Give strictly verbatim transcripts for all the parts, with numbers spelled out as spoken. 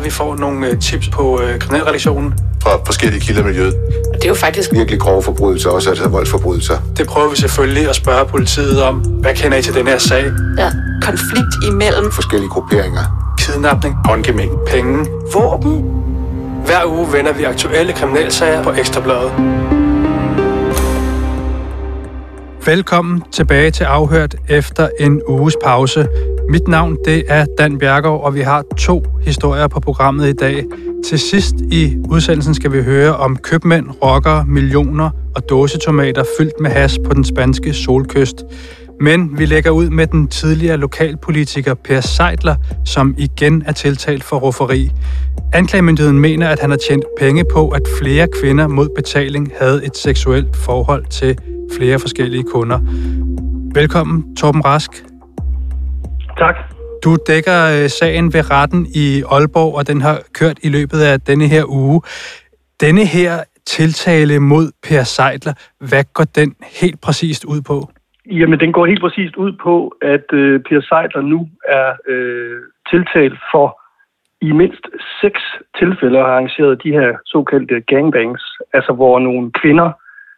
vi får nogle øh, tips på øh, kriminalredaktionen. Fra forskellige kilder i miljøet. Det er jo faktisk virkelig grove forbrydelser, også altså voldsforbrydelser. Det prøver vi selvfølgelig at spørge politiet om. Hvad kender I til den her sag? Ja, konflikt imellem forskellige grupperinger. Kidnapning, håndgemæng, penge, våben. Hver uge vender vi aktuelle kriminalsager på Ekstra Bladet. Velkommen tilbage til Afhørt efter en uges pause. Mit navn, det er Dan Bjergård, og vi har to historier på programmet i dag. Til sidst i udsendelsen skal vi høre om købmænd, rockere, millioner og dåsetomater fyldt med hash på den spanske solkyst. Men vi lægger ud med den tidligere lokalpolitiker Per Seidler, som igen er tiltalt for rufferi. Anklagemyndigheden mener, at han har tjent penge på, at flere kvinder mod betaling havde et seksuelt forhold til flere forskellige kunder. Velkommen, Torben Rask. Tak. Du dækker øh, sagen ved retten i Aalborg, og den har kørt i løbet af denne her uge. Denne her tiltale mod Per Seidler, hvad går den helt præcist ud på? Jamen, den går helt præcist ud på, at øh, Per Seidler nu er øh, tiltalt for i mindst seks tilfælde har arrangeret de her såkaldte gangbangs, altså hvor nogle kvinder,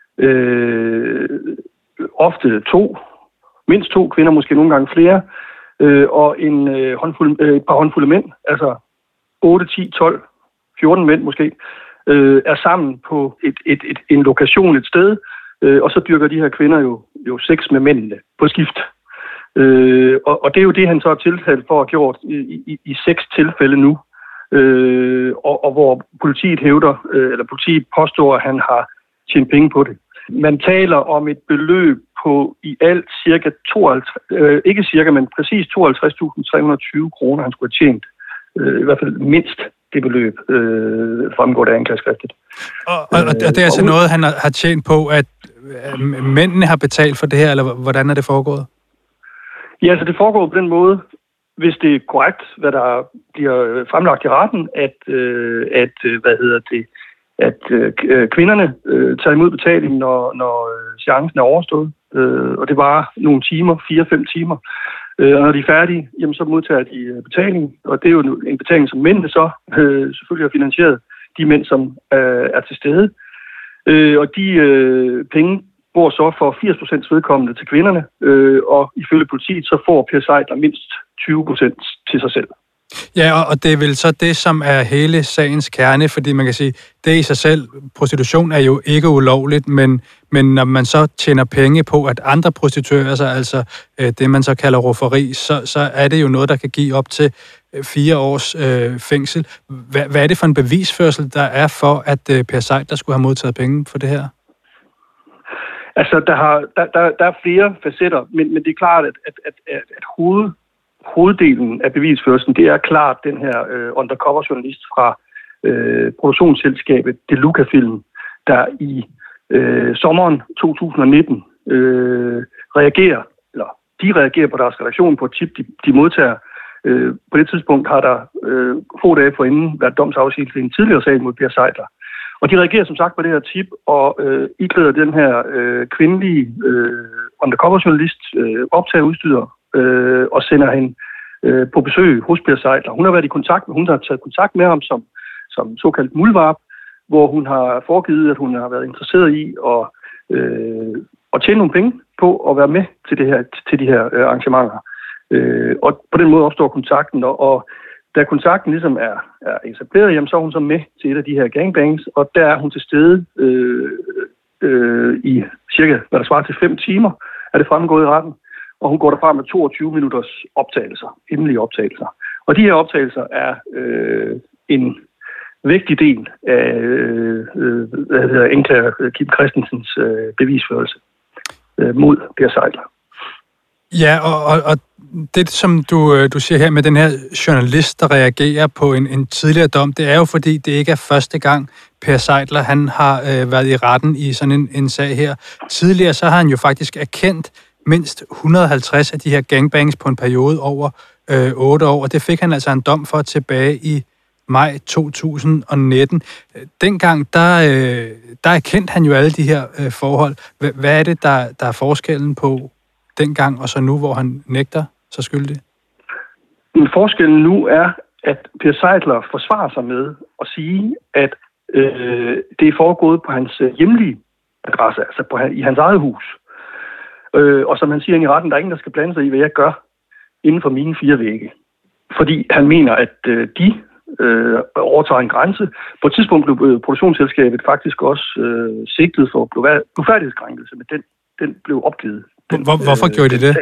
øh, ofte to, mindst to kvinder, måske nogle gange flere, øh, og en øh, håndfuld, øh, et par håndfulde mænd, altså otte, ti, tolv, fjorten mænd måske, øh, er sammen på et, et, et, en lokation et sted, øh, og så dyrker de her kvinder jo, jo sex med mændene på skift. Øh, og, og det er jo det, han så er tiltalt for at have gjort i, i, i seks tilfælde nu, øh, og, og hvor politiet hævder, øh, eller politiet påstår, at han har tjent penge på det. Man taler om et beløb på i alt cirka tooghalvtreds, øh, ikke cirka, men præcis tooghalvtreds tusind tre hundrede og tyve kroner, han skulle have tjent. Øh, I hvert fald mindst det beløb, øh, fremgår der anklageskriftet. Og, og, og det er altså noget, han har tjent på, at mændene har betalt for det her, eller hvordan er det foregået? Ja, altså det foregår på den måde, hvis det er korrekt, hvad der bliver fremlagt i retten, at, øh, at hvad hedder det, at øh, kvinderne øh, tager imod betaling, når, når øh, seancen er overstået. Øh, og det var nogle timer, fire-fem timer. Øh, og når de er færdige, jamen, så modtager de øh, betaling. Og det er jo en betaling, som mændene så øh, selvfølgelig har finansieret, de mænd, som øh, er til stede. Øh, og de øh, penge går så for firs procent vedkommende til kvinderne, øh, og ifølge politiet så får Per Seidler mindst tyve procent til sig selv. Ja, og det er vel så det, som er hele sagens kerne, fordi man kan sige, det i sig selv, prostitution er jo ikke ulovligt, men, men når man så tjener penge på, at andre prostituerer sig, altså øh, det, man så kalder rufferi, så, så er det jo noget, der kan give op til fire års øh, fængsel. Hvad, hvad er det for en bevisførsel, der er for, at øh, Per Seidler skulle have modtaget penge for det her? Altså, der, har, der, der, der er flere facetter, men, men det er klart, at, at, at, at, at hoved, hoveddelen af bevisførelsen, det er klart den her øh, undercover-journalist fra øh, produktionsselskabet Deluca Film, der i øh, sommeren to tusind og nitten øh, reagerer, eller de reagerer på deres redaktion på et tip, de, de modtager. Øh, på det tidspunkt har der øh, få dage forinden været domsafsigelse i en tidligere sag mod Per Seidler. Og de reagerer som sagt på det her tip, og øh, iklæder den her øh, kvindelige øh, undercover-journalist øh, optageudstyr øh, og sender hende øh, på besøg hos Per Seidler. Hun har været i kontakt med, hun har taget kontakt med ham som, som såkaldt muldvarp, hvor hun har foregivet, at hun har været interesseret i at, øh, at tjene nogle penge på at være med til, det her, til de her øh, arrangementer. Øh, og på den måde opstår kontakten, og, og da kontakten ligesom er, er etableret, jamen, så er hun så med til et af de her gangbangs, og der er hun til stede øh, øh, i cirka, hvad der svarer til fem timer, er det fremgået i retten, og hun går derfra med toogtyve minutters optagelser, hemmelige optagelser. Og de her optagelser er øh, en vigtig del af øh, hvad hedder, anklager Kim Christensens øh, bevisførelse øh, mod Per Seidler. Ja, og, og, og det, som du, du siger her med den her journalist, der reagerer på en, en tidligere dom, det er jo fordi, det ikke er første gang, Per Seidler han har øh, været i retten i sådan en, en sag her. Tidligere så har han jo faktisk erkendt mindst et hundrede og halvtreds af de her gangbangs på en periode over øh, otte år, og det fik han altså en dom for tilbage i maj to tusind og nitten. Dengang, der, øh, der erkendte han jo alle de her øh, forhold. Hvad er det, der, der er forskellen på dengang og så nu, hvor han nægter sig skyldig? Men forskellen nu er, at Per Seidler forsvarer sig med at sige, at øh, det er foregået på hans hjemlige adresse, altså på, i hans eget hus. Øh, og som han siger i retten, der er ingen, der skal blande sig i, hvad jeg gør inden for mine fire vægge. Fordi han mener, at øh, de øh, overtager en grænse. På et tidspunkt blev øh, produktionsselskabet faktisk også øh, sigtet for blufærdighedskrænkelse, men den, den blev opgivet. Den, Hvor, hvorfor øh, gjorde de det? Sag.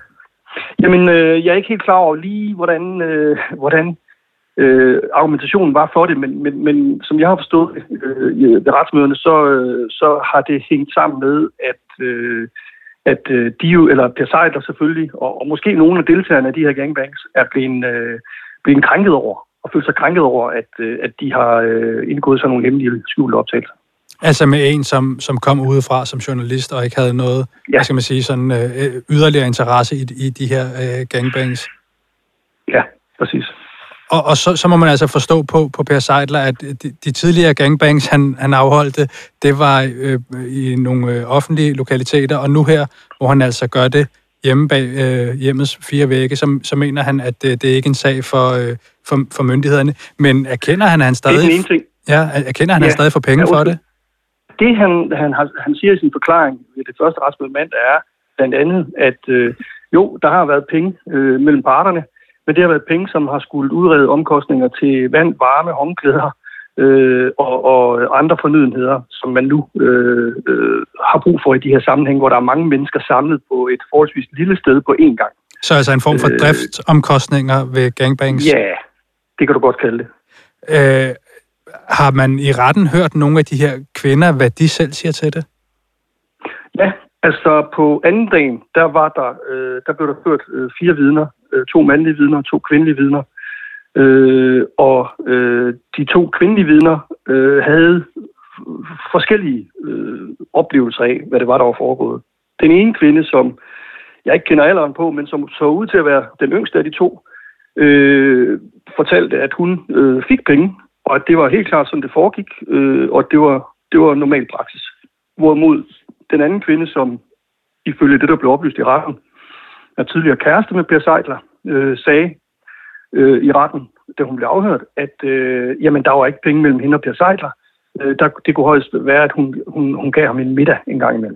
Jamen, øh, jeg er ikke helt klar over lige, hvordan, øh, hvordan øh, argumentationen var for det, men, men, men som jeg har forstået øh, ved retsmøderne, så, øh, så har det hængt sammen med, at, øh, at øh, de jo, eller Per Seidler selvfølgelig, og, og måske nogle af deltagerne af de her gangbangs, er blevet, øh, blevet krænket over, og følt sig krænket over, at, øh, at de har øh, indgået sådan nogle hemmelige skjulte optagelser. Altså med en, som, som kom udefra som journalist og ikke havde noget, ja. hvad skal man sige, sådan øh, yderligere interesse i, i de her øh, gangbangs. Ja, præcis. Og, og så, så må man altså forstå på, på Per Seidler, at de, de tidligere gangbangs, han, han afholdte, det var øh, i nogle øh, offentlige lokaliteter, og nu her, hvor han altså gør det hjemme bag øh, hjemmets fire vægge, så, så mener han, at det, det er ikke en sag for, øh, for, for myndighederne. Men erkender han, at han stadig... Det er den ene ting. Ja, erkender han, at han stadig får penge ja, for det? Det, han, han, har, han siger i sin forklaring ved det første retsmøde mandag, er blandt andet, at øh, jo, der har været penge øh, mellem parterne, men det har været penge, som har skulle udrede omkostninger til vand, varme, håndklæder øh, og, og andre fornødenheder, som man nu øh, øh, har brug for i de her sammenhæng, hvor der er mange mennesker samlet på et forholdsvis lille sted på én gang. Så altså en form for øh, driftsomkostninger ved gangbangs? Ja, det kan du godt kalde det. Øh, Har man i retten hørt nogle af de her kvinder, hvad de selv siger til det? Ja, altså på anden dagen, der var der, øh, der blev der ført øh, fire vidner, øh, to mandlige vidner og to kvindelige vidner. Øh, og øh, de to kvindelige vidner øh, havde f- forskellige øh, oplevelser af, hvad det var, der var foregået. Den ene kvinde, som jeg ikke kender alderen på, men som så ud til at være den yngste af de to, øh, fortalte, at hun øh, fik penge, og at det var helt klart, sådan det foregik, øh, og det var, det var normal praksis. Hvorimod den anden kvinde, som ifølge det, der blev oplyst i retten, er tidligere kæreste med Per Seidler, øh, sagde øh, i retten, da hun blev afhørt, at øh, jamen, der var ikke penge mellem hende og Per Seidler. Øh, der, det kunne højst være, at hun, hun, hun gav ham en middag en gang imellem.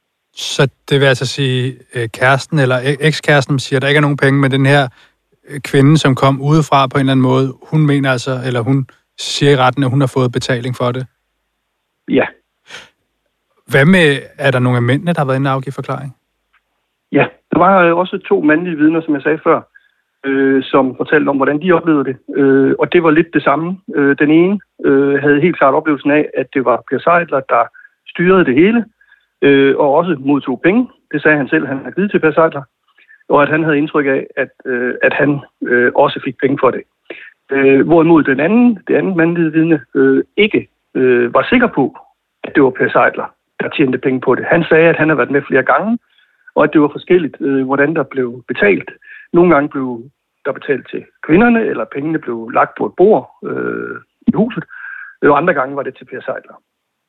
Så det vil altså sige, at kæresten eller ekskæresten siger, at der ikke er nogen penge, men den her kvinde, som kom udefra på en eller anden måde, hun mener altså, eller hun siger i retten, at hun har fået betaling for det? Ja. Hvad med, er der nogle af mændene, der har været inde og afgive forklaring? Ja, der var også to mandlige vidner, som jeg sagde før, øh, som fortalte om, hvordan de oplevede det. Øh, og det var lidt det samme. Øh, den ene øh, havde helt klart oplevelsen af, at det var Per Seidler, der styrede det hele, øh, og også modtog penge. Det sagde han selv, han havde givet til Per Seidler. Og at han havde indtryk af, at, øh, at han øh, også fik penge for det. Øh, hvorimod den anden, det andet mandlige vidne øh, ikke øh, var sikker på, at det var Per Seidler, der tjente penge på det. Han sagde, at han havde været med flere gange, og at det var forskelligt, øh, hvordan der blev betalt. Nogle gange blev der betalt til kvinderne, eller pengene blev lagt på et bord øh, i huset, og andre gange var det til Per Seidler.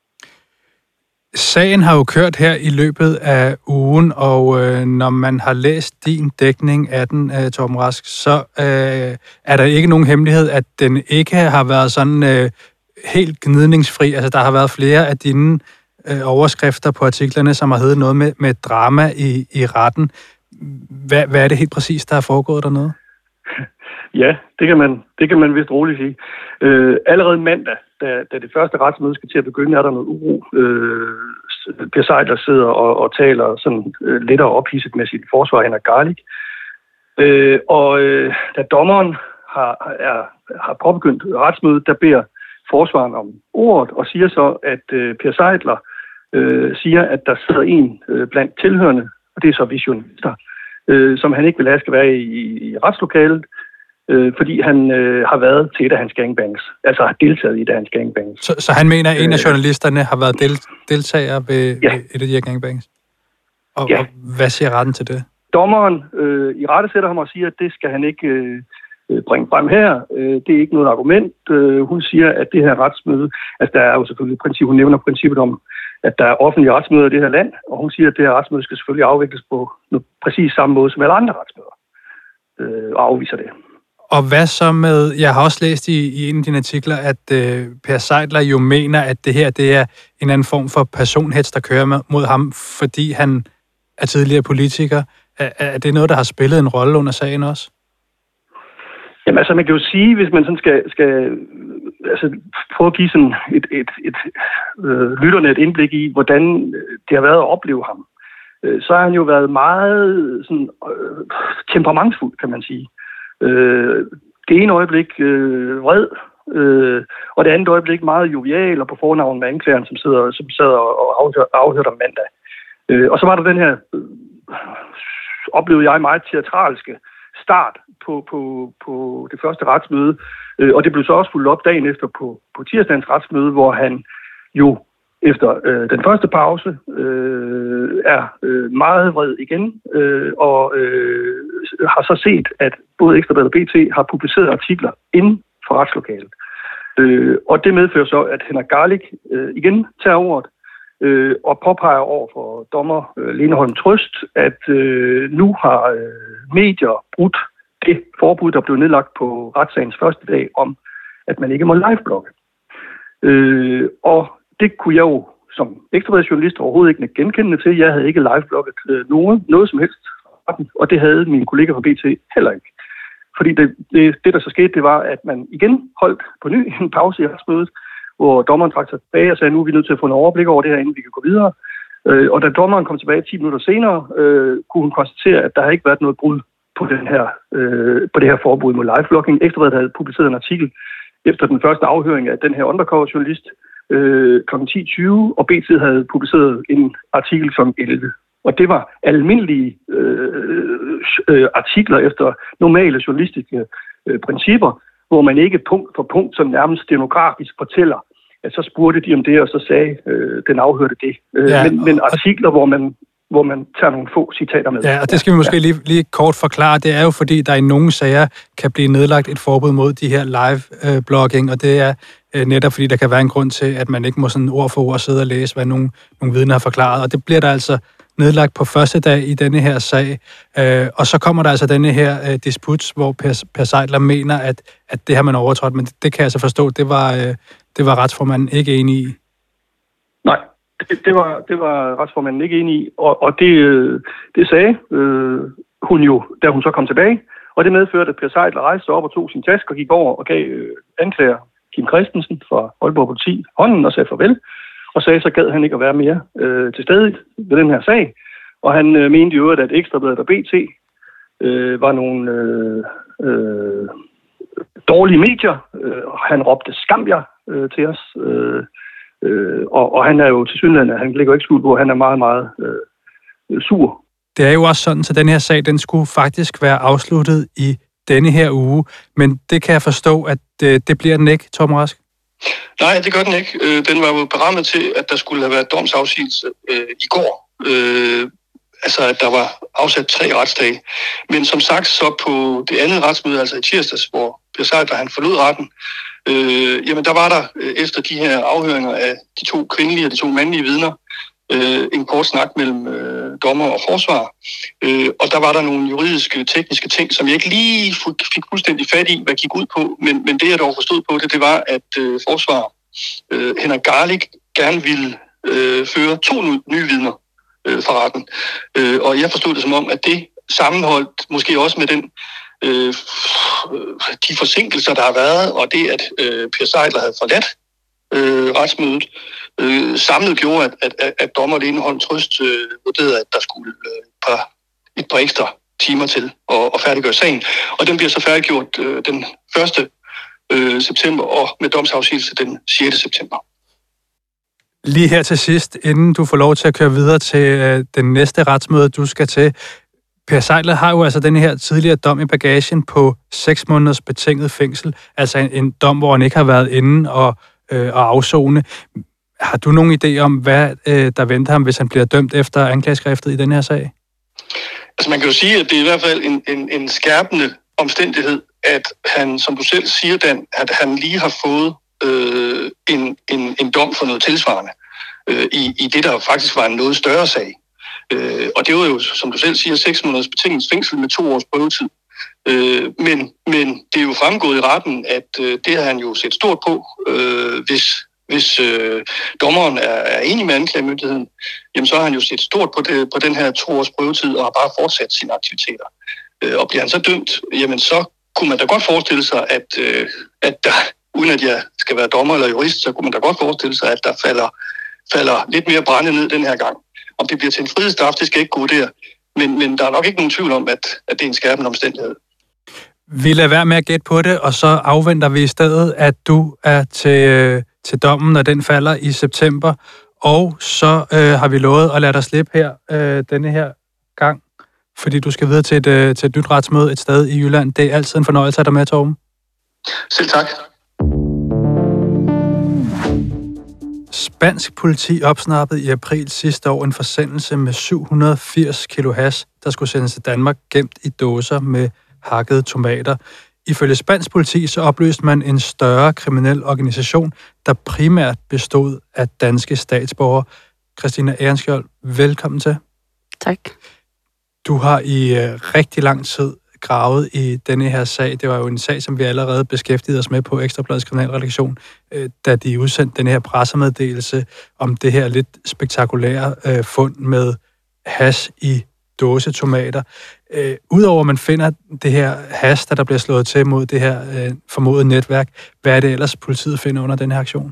Sagen har jo kørt her i løbet af ugen, og øh, når man har læst din dækning af den, øh, Torben Rask, så øh, er der ikke nogen hemmelighed, at den ikke har været sådan øh, helt gnidningsfri. Altså, der har været flere af dine øh, overskrifter på artiklerne, som har heddet noget med, med drama i, i retten. Hvad, hvad er det helt præcis, der er foregået dernede? Ja, det kan man, det kan man vist roligt sige. Øh, allerede mandag, da, da det første retsmøde skal til at begynde, er der noget uro. Øh, Per Seidler sidder og, og taler sådan øh, lidt og ophidset med sit forsvar, Henrik Garlick. Øh, og øh, da dommeren har, er, har påbegyndt retsmødet, der beder forsvaren om ordet og siger så, at øh, Per Seidler øh, siger, at der sidder en øh, blandt tilhørende, og det er så vi journalister, øh, som han ikke vil have skal være i, i retslokalet, øh, fordi han øh, har været til et af hans gangbangs, altså har deltaget i et af hans gangbangs. Så, så han mener, at en af journalisterne har været del, deltager ved, ja. ved et af de her gangbangs? Og, ja. og hvad siger retten til det? Dommeren øh, i rette sætter ham og siger, at det skal han ikke øh, bringe frem her. Øh, det er ikke noget argument. Øh, hun siger, at det her retsmøde, altså der er jo selvfølgelig et princip, hun nævner princippet om, at der er offentlige retsmøder i det her land, og hun siger, at det her retsmøde skal selvfølgelig afvikles på præcis samme måde som alle andre retsmøder, øh, og afviser det. Og hvad så med, jeg har også læst i, i en af dine artikler, at øh, Per Seidler jo mener, at det her det er en anden form for personhets, der kører mod ham, fordi han er tidligere politiker. Er, er det noget, der har spillet en rolle under sagen også? Jamen altså, man kan jo sige, hvis man sådan skal, skal altså, prøve at give sådan et, et, et øh, lytterne et indblik i, hvordan det har været at opleve ham, øh, så har han jo været meget sådan, øh, temperamentsfuld, kan man sige. Øh, det ene øjeblik øh, vred, øh, og det andet øjeblik meget jovial og på fornavn med anklageren, som sidder, som sidder og afhørte afhør om mandag. Øh, og så var der den her, øh, oplevede jeg, meget teatralske start på, på, på det første retsmøde, øh, og det blev så også fulgt op dagen efter på, på tirsdagens retsmøde, hvor han jo efter øh, den første pause øh, er øh, meget vred igen, øh, og øh, har så set, at både Ekstra Bladet og B T har publiceret artikler inden for retslokalet. Øh, og det medfører så, at Henrik Garlick øh, igen tager ordet øh, og påpeger over for dommer øh, Lene Holm Trøst, at øh, nu har øh, medier brudt det forbud, der blev nedlagt på retssagens første dag om, at man ikke må liveblogge. Øh, og det kunne jeg jo som ekstrabladsjournalist overhovedet ikke genkendende til. Jeg havde ikke liveblogget øh, noget, noget som helst, og det havde mine kolleger fra B T heller ikke. Fordi det, det, det, der så skete, det var, at man igen holdt på ny en pause i retsmødet, hvor dommeren trak sig tilbage og sagde, nu er vi nødt til at få en overblik over det her, inden vi kan gå videre. Øh, og da dommeren kom tilbage ti minutter senere, øh, kunne hun konstatere, at der har ikke været noget brud på, den her, øh, på det her forbud mod liveblogging. Ekstra Bladet havde publiceret en artikel efter den første afhøring af den her undercover-journalist øh, kl. ti tyve, og B T havde publiceret en artikel kl. elleve. Og det var almindelige øh, øh, artikler efter normale journalistiske øh, principper, hvor man ikke punkt for punkt, som nærmest stenografisk fortæller, at så spurgte de om det, og så sagde øh, den afhørte det. Øh, ja, men, men artikler, hvor man, hvor man tager nogle få citater med. Ja, og det skal vi måske ja. lige, lige kort forklare. Det er jo fordi, der i nogle sager kan blive nedlagt et forbud mod de her live-blogging, og det er øh, netop fordi, der kan være en grund til, at man ikke må sådan ord for ord sidde og læse, hvad nogle, nogle vidner har forklaret. Og det bliver der altså nedlagt på første dag i denne her sag. Øh, og så kommer der altså denne her øh, disput, hvor Per, Per Seidler mener, at, at det har man overtrådt. Men det, det kan jeg så forstå, det var, øh, det var retsformanden ikke enig i. Nej, det, det, var, det var retsformanden ikke enig i. Og, og det, det sagde øh, hun jo, da hun så kom tilbage. Og det medførte, at Per Seidler rejste sig op og tog sin taske og gik over og gav øh, anklager Kim Christensen fra Aalborg Politi hånden og sagde farvel. Og sagde, så gad han ikke at være mere øh, til stede ved den her sag. Og han øh, mente i øvrigt, at Ekstra Bladet og B T øh, var nogle øh, øh, dårlige medier. Øh, han råbte skam jer øh, til os. Øh, øh, og, og han er jo til synligheden, han ligger ikke skjult på, han er meget, meget øh, sur. Det er jo også sådan, så den her sag, den skulle faktisk være afsluttet i denne her uge. Men det kan jeg forstå, at det, det bliver den ikke, Tom Rask? Nej, det gør den ikke. Den var jo berammet til, at der skulle have været domsafsigelse øh, i går. Øh, altså, at der var afsat tre retsdage. Men som sagt, så på det andet retsmøde, altså i tirsdags, hvor Per Seidler, han forlod retten, øh, jamen der var der øh, efter de her afhøringer af de to kvindelige og de to mandlige vidner, øh, en kort snak mellem øh, dommer og forsvar. Øh, og der var der nogle juridiske, tekniske ting, som jeg ikke lige fik fuldstændig fat i, hvad gik ud på. Men, men det, jeg dog forstod på det, det var, at øh, forsvar øh, Henrik Garlick gerne ville øh, føre to nye vidner øh, fra retten. Øh, og jeg forstod det som om, at det sammenholdt måske også med den øh, de forsinkelser, der har været, og det, at øh, Per Seidler havde forladt øh, retsmødet, øh, samlet gjorde, at, at, at dommer Lene Holm Trøst øh, vurderede, at der skulle øh, et, par, et par ekstra timer til at, at færdiggøre sagen. Og den bliver så færdiggjort øh, den første øh, september, og med domsafsigelse den sjette september. Lige her til sidst, inden du får lov til at køre videre til øh, den næste retsmøde, du skal til. Per Seidler har jo altså den her tidligere dom i bagagen på seks måneders betinget fængsel, altså en, en dom, hvor han ikke har været inde og, øh, og afzone. Har du nogen idé om, hvad øh, der venter ham, hvis han bliver dømt efter anklageskriftet i den her sag? Altså man kan jo sige, at det er i hvert fald en, en, en skærpende omstændighed, at han, som du selv siger, Dan, at han lige har fået øh, en, en, en dom for noget tilsvarende øh, i, i det, der faktisk var en noget større sag. Øh, og det var jo, som du selv siger, seks måneders betinget fængsel med to års prøvetid. Øh, men, men det er jo fremgået i retten, at øh, det har han jo set stort på, øh, hvis, hvis øh, dommeren er, er enig med anklagemyndigheden, jamen så har han jo set stort på, det, på den her to års prøvetid og har bare fortsat sine aktiviteter. Øh, og bliver han så dømt, jamen så kunne man da godt forestille sig, at, øh, at der, uden at jeg skal være dommer eller jurist, så kunne man da godt forestille sig, at der falder, falder lidt mere brænde ned den her gang. Om det bliver til en frihedsstraf, det skal ikke gå der. Men, men der er nok ikke nogen tvivl om, at, at det er en skærpende omstændighed. Vi lader være med at gætte på det, og så afventer vi i stedet, at du er til, til dommen, når den falder i september. Og så øh, har vi lovet at lade dig slippe her øh, denne her gang, fordi du skal videre til et, øh, til et nyt retsmøde et sted i Jylland. Det er altid en fornøjelse at have dig med, Torben. Selv tak. Spansk politi opsnappede i april sidste år en forsendelse med syv hundrede og firs kilo hash, der skulle sendes til Danmark gemt i dåser med hakkede tomater. Ifølge spansk politi så opløste man en større kriminel organisation, der primært bestod af danske statsborgere. Christina Ehrenskjold, velkommen til. Tak. Du har i uh, rigtig lang tid gravet i denne her sag. Det var jo en sag, som vi allerede beskæftigede os med på Ekstra Bladets kriminalredaktion, øh, da de udsendte den her pressemeddelelse om det her lidt spektakulære øh, fund med hash i dåsetomater. Øh, Udover at man finder det her hash, der, der bliver slået til mod det her øh, formodede netværk, hvad er det ellers, politiet finder under den her aktion?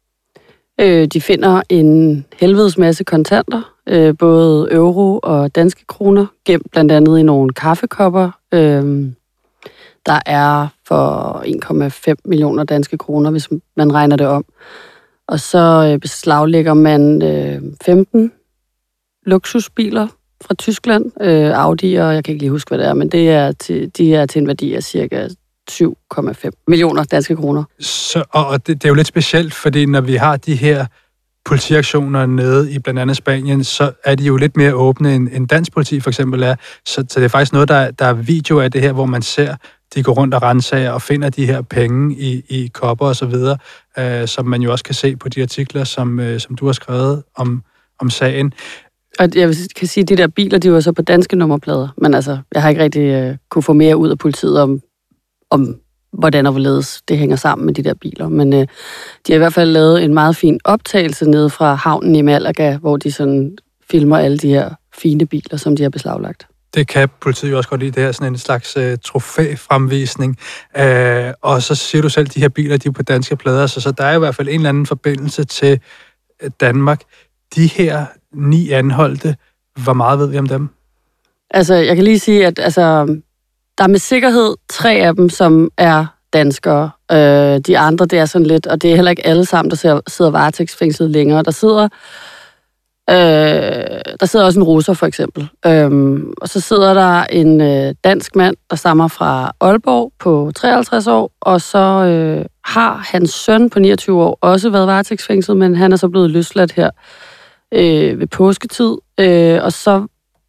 Øh, de finder en helvedes masse kontanter, øh, både euro og danske kroner, gemt blandt andet i nogle kaffekopper. Øh, der er for en komma fem millioner danske kroner, hvis man regner det om. Og så øh, beslaglægger man øh, femten luksusbiler fra Tyskland, øh, Audi, og jeg kan ikke lige huske, hvad det er, men det er til, de er til en værdi af cirka syv komma fem millioner danske kroner. Så, og det, det er jo lidt specielt, fordi når vi har de her politiaktioner nede i blandt andet Spanien, så er de jo lidt mere åbne, end, end dansk politi for eksempel er. Så, så det er faktisk noget, der, der er video af det her, hvor man ser, de går rundt og renser og finder de her penge i, i kopper og så videre, øh, som man jo også kan se på de artikler, som, øh, som du har skrevet om, om sagen. Og jeg kan sige, at de der biler, de var så på danske nummerplader, men altså, jeg har ikke rigtig øh, kunne få mere ud af politiet om, om hvordan og hvorledes det hænger sammen med de der biler. Men øh, de har i hvert fald lavet en meget fin optagelse nede fra havnen i Malaga, hvor de sådan filmer alle de her fine biler, som de har beslaglagt. Det kan politiet jo også godt lide, det her sådan en slags øh, trofæfremvisning. Øh, og så siger du selv, at de her biler, de er på danske plader, så, så der er i hvert fald en eller anden forbindelse til Danmark. De her ni anholdte, hvor meget ved vi om dem? Altså, jeg kan lige sige, at altså, der er med sikkerhed tre af dem, som er danskere. Øh, de andre, det er sådan lidt, og det er heller ikke alle sammen, der sidder, sidder varetægtsfængslet længere. Der sidder, øh, der sidder også en russer, for eksempel. Øh, og så sidder der en øh, dansk mand, der stammer fra Aalborg på treoghalvtreds år, og så øh, har hans søn på niogtyve år også været varetægtsfængslet, men han er så blevet løsladt her øh, ved påsketid. Øh, og så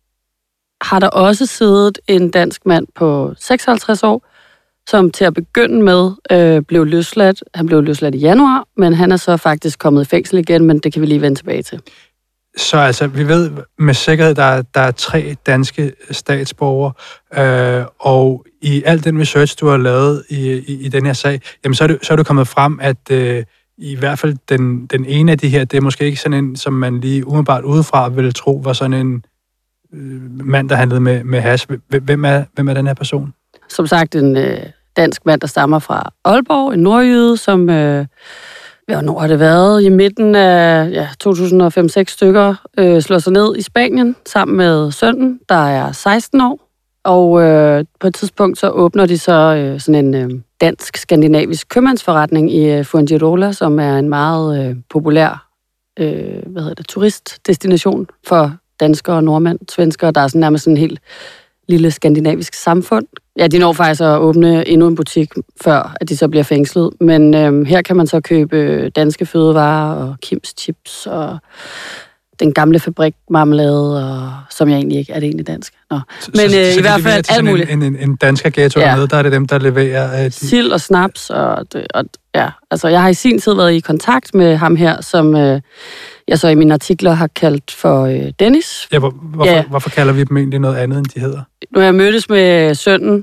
har der også siddet en dansk mand på seksoghalvtreds år, som til at begynde med øh, blev løsladt. Han blev løsladt i januar, men han er så faktisk kommet i fængsel igen, men det kan vi lige vende tilbage til. Så altså, vi ved med sikkerhed, der er, der er tre danske statsborgere, øh, og i al den research, du har lavet i, i, i den her sag, jamen så er det, så er det kommet frem, at øh, i hvert fald den, den ene af de her, det er måske ikke sådan en, som man lige umiddelbart udefra ville tro, var sådan en mand, der handlede med, med hash. Hvem er, hvem er den her person? Som sagt, en øh, dansk mand, der stammer fra Aalborg, en nordjyde, som, øh, hvornår har det været, i midten af ja, to tusind og fem seks stykker, øh, slår sig ned i Spanien sammen med sønnen, der er seksten år. Og øh, på et tidspunkt så åbner de så øh, sådan en øh, dansk-skandinavisk købmandsforretning i øh, Fuengirola, som er en meget øh, populær øh, hvad hedder det, turistdestination for danskere og nordmænd, svenskere. Der er sådan nærmest sådan en helt lille skandinavisk samfund. Ja, de når faktisk at åbne endnu en butik, før at de så bliver fængslet. Men øhm, her kan man så købe danske fødevarer og Kims chips og den gamle fabrik marmelade, og, som jeg egentlig ikke er det egentlig dansk. Nå. Så, Men så, øh, så i hvert fald alt muligt. En, en, en dansker ghetto ja. Dernede, der er det dem, der leverer... Øh, de... Sild og snaps. Og, og, ja, altså, jeg har i sin tid været i kontakt med ham her, som øh, jeg så i mine artikler har kaldt for øh, Dennis. Ja, hvor, hvorfor, ja. hvorfor kalder vi dem egentlig noget andet, end de hedder? Nu har jeg mødtes med sønnen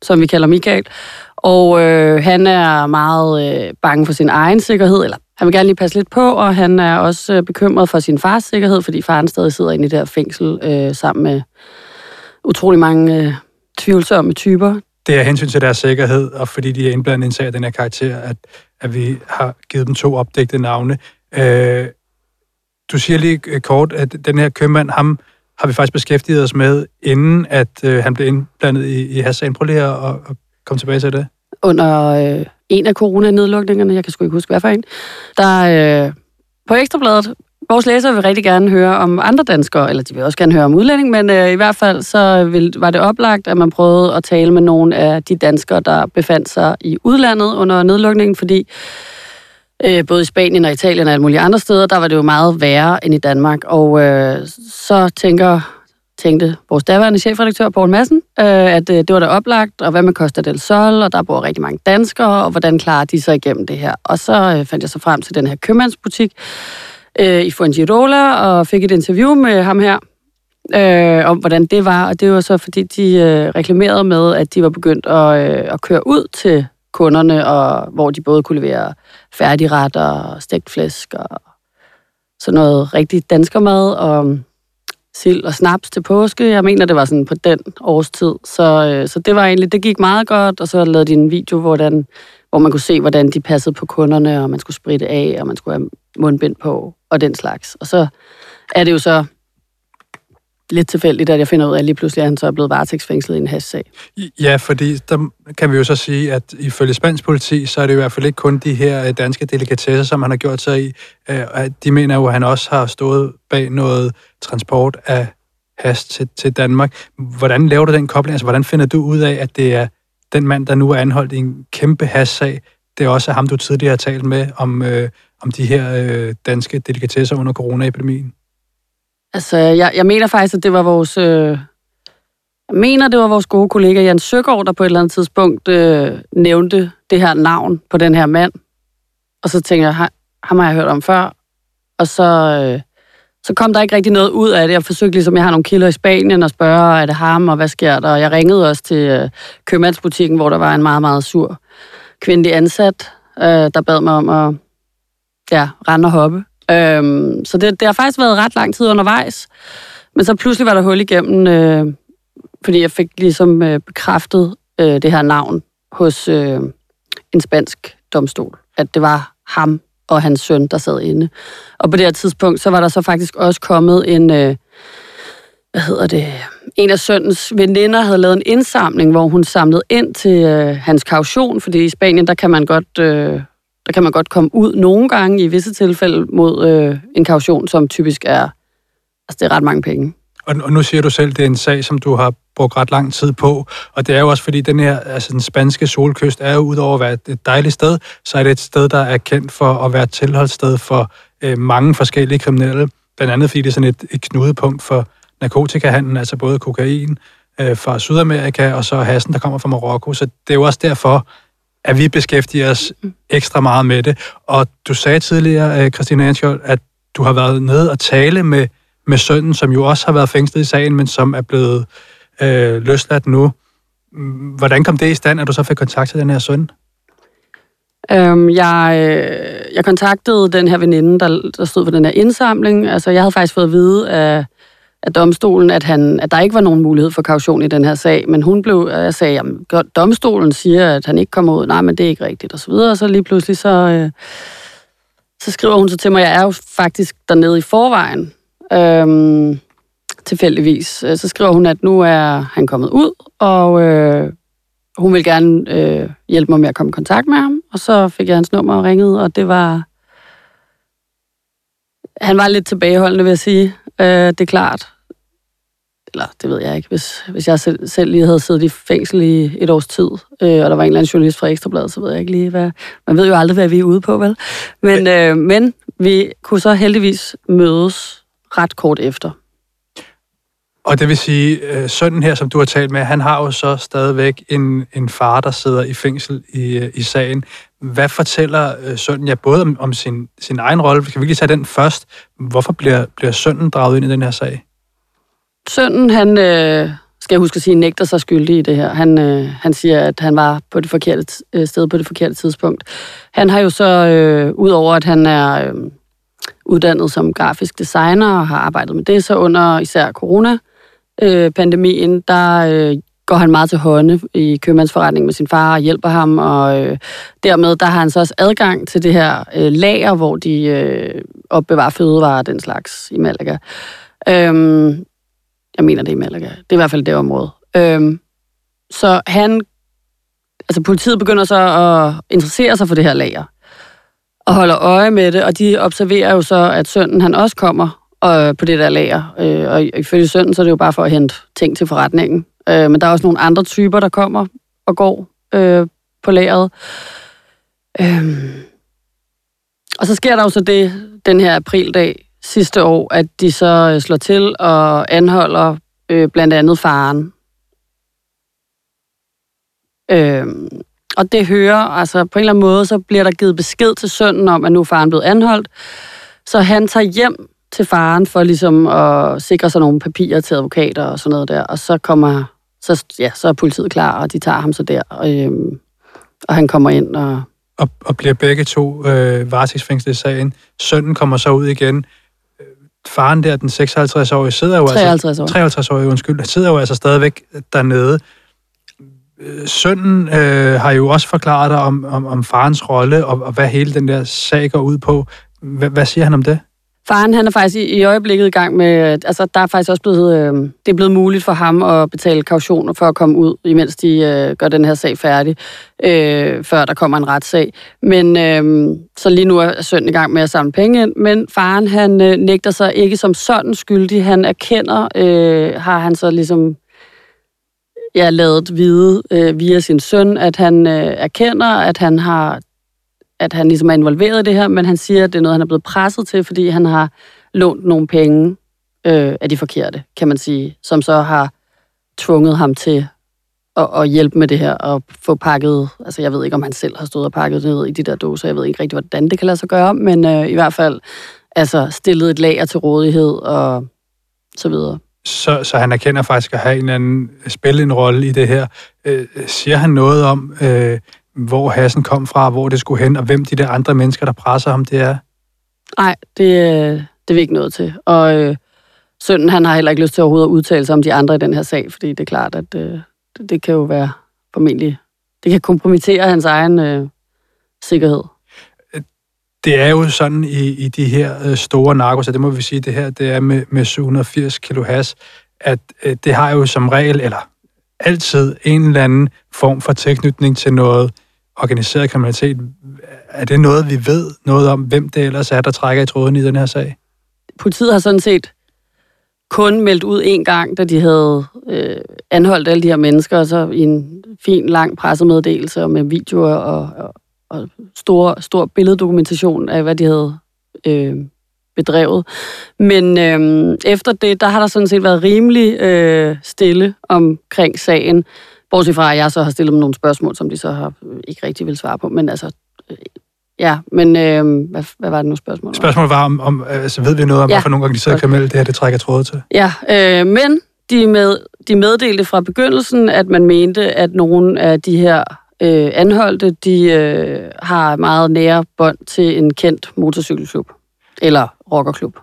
som vi kalder Michael. Og øh, han er meget øh, bange for sin egen sikkerhed, eller han vil gerne lige passe lidt på, og han er også øh, bekymret for sin fars sikkerhed, fordi faren stadig sidder inde i det her fængsel øh, sammen med utrolig mange øh, tvivlsomme typer. Det er hensyn til deres sikkerhed, og fordi de er indblandet i en sag af den her karakter, at, at vi har givet dem to opdægtede navne. Øh, du siger lige kort, at den her købmand, ham har vi faktisk beskæftiget os med, inden at øh, han blev indblandet i, i hassagen. Prøv lige at, at komme tilbage til det. Under øh, en af coronanedlukningerne, jeg kan sgu ikke huske, hvad for en, der øh, på Ekstrabladet, vores læsere vil rigtig gerne høre om andre danskere, eller de vil også gerne høre om udlænding, men øh, i hvert fald så vil, var det oplagt, at man prøvede at tale med nogle af de danskere, der befandt sig i udlandet under nedlukningen, fordi øh, både i Spanien og Italien og alle mulige andre steder, der var det jo meget værre end i Danmark. Og øh, så tænker, tænkte vores daværende chefredaktør, Poul Madsen, øh, at øh, det var da oplagt, og hvad med Costa del Sol, og der bor rigtig mange danskere, og hvordan klarer de sig igennem det her? Og så øh, fandt jeg så frem til den her købmandsbutik øh, i Fuengirola, og fik et interview med ham her, øh, om hvordan det var, og det var så, fordi de øh, reklamerede med, at de var begyndt at, øh, at køre ud til kunderne, og hvor de både kunne levere færdigretter og stegt flæsk og sådan noget rigtig danskermad og sild og snaps til påske. Jeg mener, det var sådan på den årstid. Så, øh, så det var egentlig, det gik meget godt, og så lavede de en video, hvordan, hvor man kunne se, hvordan de passede på kunderne, og man skulle spritte af, og man skulle have mundbind på, og den slags. Og så er det jo så lidt tilfældigt, at jeg finder ud af, at lige pludselig er han så blevet varetægtsfængslet i en hashsag. Ja, fordi der kan vi jo så sige, at ifølge spansk politi, så er det i hvert fald ikke kun de her danske delikatesser, som han har gjort sig i. De mener jo, at han også har stået bag noget transport af hash til, til Danmark. Hvordan laver du den kobling? Altså, hvordan finder du ud af, at det er den mand, der nu er anholdt i en kæmpe hashsag, det er også ham, du tidligere har talt med om, øh, om de her øh, danske delikatesser under coronaepidemien? Altså, jeg, jeg mener faktisk, at det var vores... Øh, jeg mener, det var vores gode kollega Jan Søgaard, der på et eller andet tidspunkt øh, nævnte det her navn på den her mand. Og så tænkte jeg, ham har jeg hørt om før. Og så, øh, så kom der ikke rigtig noget ud af det. Jeg forsøgte ligesom, jeg har nogle kilder i Spanien, og spørge, er det ham, og hvad sker der? Og jeg ringede også til øh, købmandsbutikken, hvor der var en meget, meget sur kvindelig ansat, øh, der bad mig om at ja, rende og hoppe. Øhm, så det, det har faktisk været ret lang tid undervejs. Men så pludselig var der hul igennem, øh, fordi jeg fik ligesom øh, bekræftet øh, det her navn hos øh, en spansk domstol, at det var ham og hans søn, der sad inde. Og på det her tidspunkt, så var der så faktisk også kommet en, øh, hvad hedder det, en af sønnens veninder havde lavet en indsamling, hvor hun samlede ind til øh, hans kaution, fordi i Spanien, der kan man godt... Øh, Der kan man godt komme ud nogle gange i visse tilfælde mod øh, en kaution, som typisk er, altså det er ret mange penge. Og, og nu siger du selv, det er en sag, som du har brugt ret lang tid på, og det er jo også fordi, den her, altså den spanske solkyst er jo udover at være et dejligt sted, så er det et sted, der er kendt for at være et tilholdssted for øh, mange forskellige kriminelle, blandt andet fordi det er sådan et, et knudepunkt for narkotikahandlen, altså både kokain øh, fra Sydamerika, og så hassen, der kommer fra Marokko, så det er jo også derfor, at vi beskæftiger os ekstra meget med det. Og du sagde tidligere, Christina Ehrensjold, at du har været nede og tale med, med sønnen, som jo også har været fængslet i sagen, men som er blevet øh, løsladt nu. Hvordan kom det i stand, at du så fik kontakt til den her søn? Øhm, jeg, jeg kontaktede den her veninde, der, der stod for den her indsamling. Altså, jeg havde faktisk fået at vide af, af domstolen, at, han, at der ikke var nogen mulighed for kaution i den her sag, men hun blev, jeg sagde, jamen, domstolen siger, at han ikke kommer ud, nej, men det er ikke rigtigt, og så videre, og så lige pludselig, så, øh, så skriver hun så til mig, jeg er jo faktisk dernede i forvejen, øhm, tilfældigvis. Så skriver hun, at nu er han kommet ud, og øh, hun vil gerne øh, hjælpe mig med at komme i kontakt med ham, og så fik jeg hans nummer og ringede, og det var... Han var lidt tilbageholdende, vil jeg sige. Øh, det er klart. Eller, det ved jeg ikke. Hvis, hvis jeg selv, selv lige havde siddet i fængsel i et års tid, øh, og der var en eller anden journalist fra Ekstrabladet, så ved jeg ikke lige, hvad... Man ved jo aldrig, hvad vi er ude på, vel? Men, øh, men vi kunne så heldigvis mødes ret kort efter. Og det vil sige, øh, sønnen her, som du har talt med, han har jo så stadigvæk en, en far, der sidder i fængsel i, i sagen. Hvad fortæller øh, sønnen ja, både om, om sin, sin egen rolle? Kan vi lige tage den først? Hvorfor bliver, bliver sønnen draget ind i den her sag? Sønnen, han øh, skal jeg huske at sige, nægter sig skyldig i det her. Han, øh, han siger, at han var på det forkerte øh, sted på det forkerte tidspunkt. Han har jo så, øh, udover at han er øh, uddannet som grafisk designer og har arbejdet med det, så under især corona-pandemien, der øh, går han meget til hånde i købmandsforretning med sin far og hjælper ham, og øh, dermed der har han så også adgang til det her øh, lager, hvor de øh, opbevarer fødevarer og den slags i Malaga. Øhm, jeg mener det i Malaga. Det er i hvert fald det område. Øhm, så han, altså politiet begynder så at interessere sig for det her lager og holder øje med det, og de observerer jo så, at sønnen han også kommer øh, på det der lager, øh, og ifølge sønnen så er det jo bare for at hente ting til forretningen. Øh, men der er også nogle andre typer, der kommer og går øh, på lageret. Øh. Og så sker der jo så det den her aprildag sidste år, at de så slår til og anholder øh, blandt andet faren. Øh. Og det hører, altså på en eller anden måde, så bliver der givet besked til sønnen om, at nu er faren blevet anholdt. Så han tager hjem til faren for ligesom at sikre sig nogle papirer til advokater og sådan noget der. Og så kommer, så, ja, så er politiet klar, og de tager ham så der. Og, øhm, og han kommer ind og... Og, og bliver begge to øh, varetægtsfængslet i sagen. Sønnen kommer så ud igen. Faren der, den seksoghalvtreds-årige, sidder jo treoghalvtreds år. altså... treoghalvtreds-årige, undskyld. Sidder jo altså stadigvæk dernede. Sønnen øh, har jo også forklaret dig om, om, om farens rolle, og, og hvad hele den der sag går ud på. H- hvad siger han om det? Faren, han er faktisk i, i øjeblikket i gang med, altså der er faktisk også blevet, øh, det er blevet muligt for ham at betale kautioner for at komme ud, imens de øh, gør den her sag færdig, øh, før der kommer en retssag. Men øh, så lige nu er sønnen i gang med at samle penge ind, men faren, han øh, nægter sig ikke som sådan skyldig. Han erkender, øh, har han så ligesom ja, lavet vide øh, via sin søn, at han øh, erkender, at han har at han ligesom er involveret i det her, men han siger, at det er noget, han er blevet presset til, fordi han har lånt nogle penge øh, af de forkerte, kan man sige, som så har tvunget ham til at, at hjælpe med det her og få pakket, altså jeg ved ikke, om han selv har stået og pakket det ned i de der dåser, jeg ved ikke rigtig, hvordan det kan lade sig gøre, men øh, i hvert fald altså stillet et lager til rådighed og så videre. Så, så han erkender faktisk at have en eller anden, spille en rolle i det her. Øh, siger han noget om, øh, hvor hassen kom fra, hvor det skulle hen, og hvem de der andre mennesker, der presser ham, det er? Nej, det, det er vi ikke noget til. Og øh, sønnen, han har heller ikke lyst til overhovedet at udtale sig om de andre i den her sag, fordi det er klart, at øh, det, det kan jo være formentlig, det kan kompromittere hans egen øh, sikkerhed. Det er jo sådan i, i de her øh, store narkoser, det må vi sige, det her, det er med, med syv hundrede og firs kilo hash, at øh, det har jo som regel, eller altid en eller anden form for tilknytning til noget organiseret kriminalitet. Er det noget, vi ved noget om, hvem det ellers er, der trækker i tråden i den her sag? Politiet har sådan set kun meldt ud en gang, da de havde øh, anholdt alle de her mennesker, og så i en fin, lang pressemeddelelse med videoer og, og, og stor, stor billeddokumentation af, hvad de havde øh, bedrevet. Men øh, efter det, der har der sådan set været rimelig øh, stille omkring sagen. Bortset fra, at jeg så har stillet dem nogle spørgsmål, som de så har ikke rigtig vil svare på. Men altså, øh, ja, men øh, hvad, hvad var det nu spørgsmål? Spørgsmålet var, om, om altså, ved vi noget om, ja, hvorfor nogle organiserede kriminelle det her, det trækker tråd til? Ja, øh, men de, med, de meddelte fra begyndelsen, at man mente, at nogle af de her øh, anholdte, de øh, har meget nære bånd til en kendt motorcykelklub. Eller rockerklub.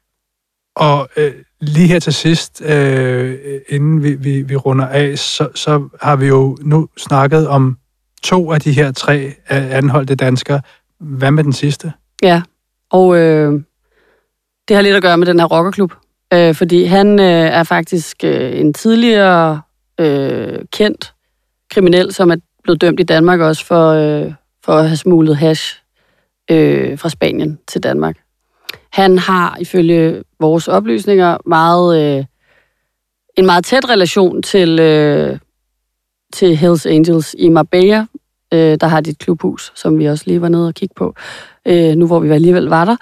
Og øh, lige her til sidst, øh, inden vi, vi, vi runder af, så, så har vi jo nu snakket om to af de her tre anholdte danskere. Hvad med den sidste? Ja, og øh, det har lidt at gøre med den her rockerklub. Øh, fordi han øh, er faktisk øh, en tidligere øh, kendt kriminel, som er blevet dømt i Danmark også for, øh, for at have smuglet hash øh, fra Spanien til Danmark. Han har ifølge vores oplysninger meget, øh, en meget tæt relation til, øh, til Hells Angels i Marbella. Øh, der har de et klubhus, som vi også lige var nede og kigge på, øh, nu hvor vi alligevel var der.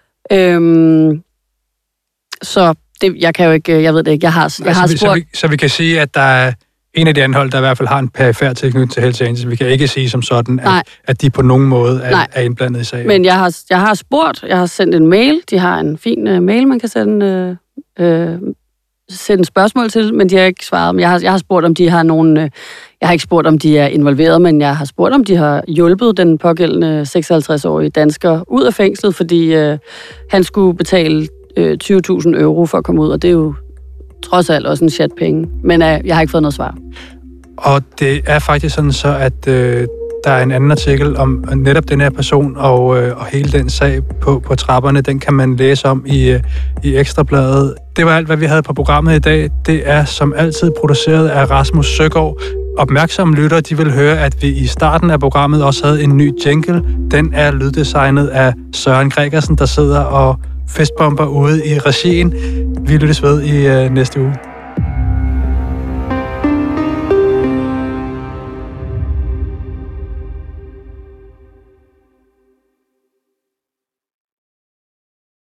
Øh, så det, jeg kan jo ikke, jeg ved det ikke, jeg har, jeg altså, har spurgt... Så vi, så vi kan sige, at der er en af de anholdte, der i hvert fald har en perifær tilknytning til Hells Angels. Vi kan ikke sige som sådan, at, at de på nogen måde er, er indblandet i sagen. Men jeg har, jeg har spurgt, jeg har sendt en mail. De har en fin uh, mail, man kan sende uh, uh, sendt spørgsmål til, men de har ikke svaret. Jeg har, jeg har spurgt, om de har nogen... Øh, jeg har ikke spurgt, om de er involveret, men jeg har spurgt, om de har hjulpet den pågældende seksoghalvtreds-årige dansker ud af fængslet, fordi øh, han skulle betale øh, tyve tusind euro for at komme ud, og det er jo trods alt også en chat penge. Men øh, jeg har ikke fået noget svar. Og det er faktisk sådan så, at øh, der er en anden artikel om netop den her person og, øh, og hele den sag på, på trapperne. Den kan man læse om i, øh, i Ekstrabladet. Det var alt, hvad vi havde på programmet i dag. Det er som altid produceret af Rasmus Søgaard. Opmærksomme lyttere, de vil høre, at vi i starten af programmet også havde en ny jingle. Den er lyddesignet af Søren Gregersen, der sidder og festbomber ude i regien. Vi lyttes ved i øh, næste uge.